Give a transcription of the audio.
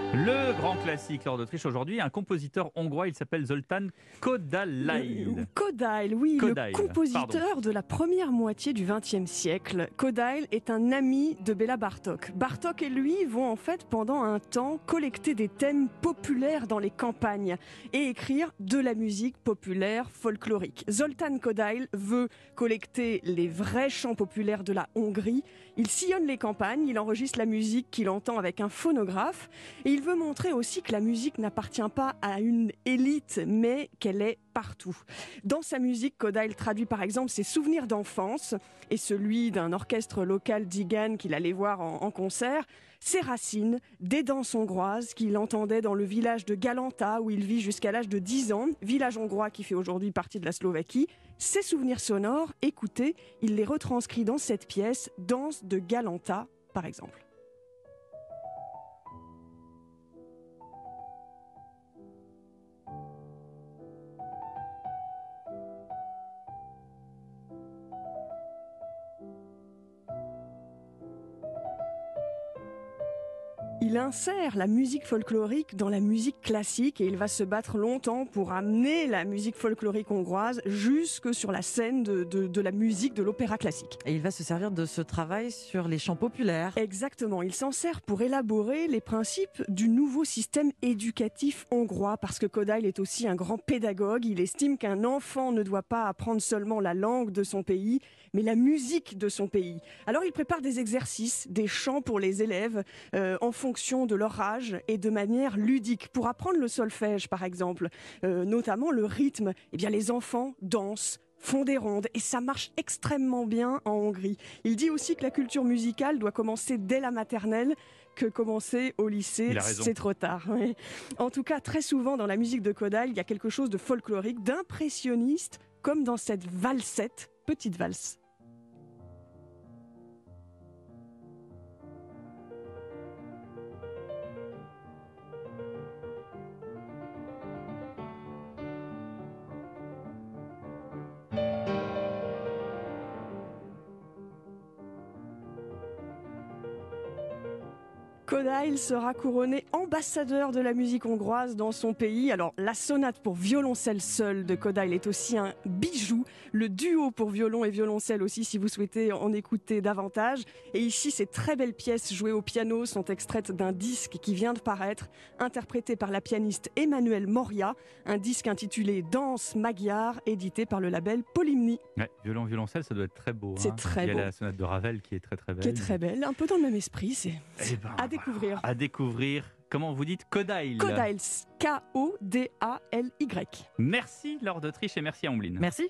Le grand classique lors d'Autriche aujourd'hui, un compositeur hongrois, il s'appelle Zoltán Kodály. Kodály, oui, Kodály, le compositeur de la première moitié du XXe siècle. Kodály est un ami de Béla Bartók. Bartók et lui vont en fait pendant un temps collecter des thèmes populaires dans les campagnes et écrire de la musique populaire folklorique. Zoltán Kodály veut collecter les vrais chants populaires de la Hongrie. Il sillonne les campagnes, il enregistre la musique qu'il entend avec un phonographe et il veut montrer aussi que la musique n'appartient pas à une élite, mais qu'elle est partout. Dans sa musique, Kodály traduit par exemple ses souvenirs d'enfance et celui d'un orchestre local d'Igan qu'il allait voir en concert, ses racines, des danses hongroises qu'il entendait dans le village de Galanta où il vit jusqu'à l'âge de 10 ans, village hongrois qui fait aujourd'hui partie de la Slovaquie. Ses souvenirs sonores, écoutez, il les retranscrit dans cette pièce, Danse de Galanta par exemple. Il insère la musique folklorique dans la musique classique et il va se battre longtemps pour amener la musique folklorique hongroise jusque sur la scène de la musique de l'opéra classique. Et il va se servir de ce travail sur les chants populaires. Exactement, il s'en sert pour élaborer les principes du nouveau système éducatif hongrois parce que Kodály est aussi un grand pédagogue. Il estime qu'un enfant ne doit pas apprendre seulement la langue de son pays, mais la musique de son pays. Alors il prépare des exercices, des chants pour les élèves en fonction de leur âge et de manière ludique. Pour apprendre le solfège, par exemple, notamment le rythme, eh bien les enfants dansent, font des rondes et ça marche extrêmement bien en Hongrie. Il dit aussi que la culture musicale doit commencer dès la maternelle, que commencer au lycée, c'est trop tard. Oui. En tout cas, très souvent dans la musique de Kodály, il y a quelque chose de folklorique, d'impressionniste, comme dans cette valsette, petite valse. Kodály sera couronné ambassadeur de la musique hongroise dans son pays. Alors, la sonate pour violoncelle seul de Kodály est aussi un bijou. Le duo pour violon et violoncelle aussi, si vous souhaitez en écouter davantage. Et ici, ces très belles pièces jouées au piano sont extraites d'un disque qui vient de paraître, interprété par la pianiste Emmanuelle Moria. Un disque intitulé Danse Magyar, édité par le label Polymnie. Ouais, violoncelle, ça doit être très beau. C'est très beau. Il y a la sonate de Ravel qui est très très belle. Qui est très belle, un peu dans le même esprit. C'est à découvrir. À découvrir. Comment vous dites Kodály? Kodály, K-O-D-A-L-Y. Merci Laure d'Autriche et merci à Ombline. Merci.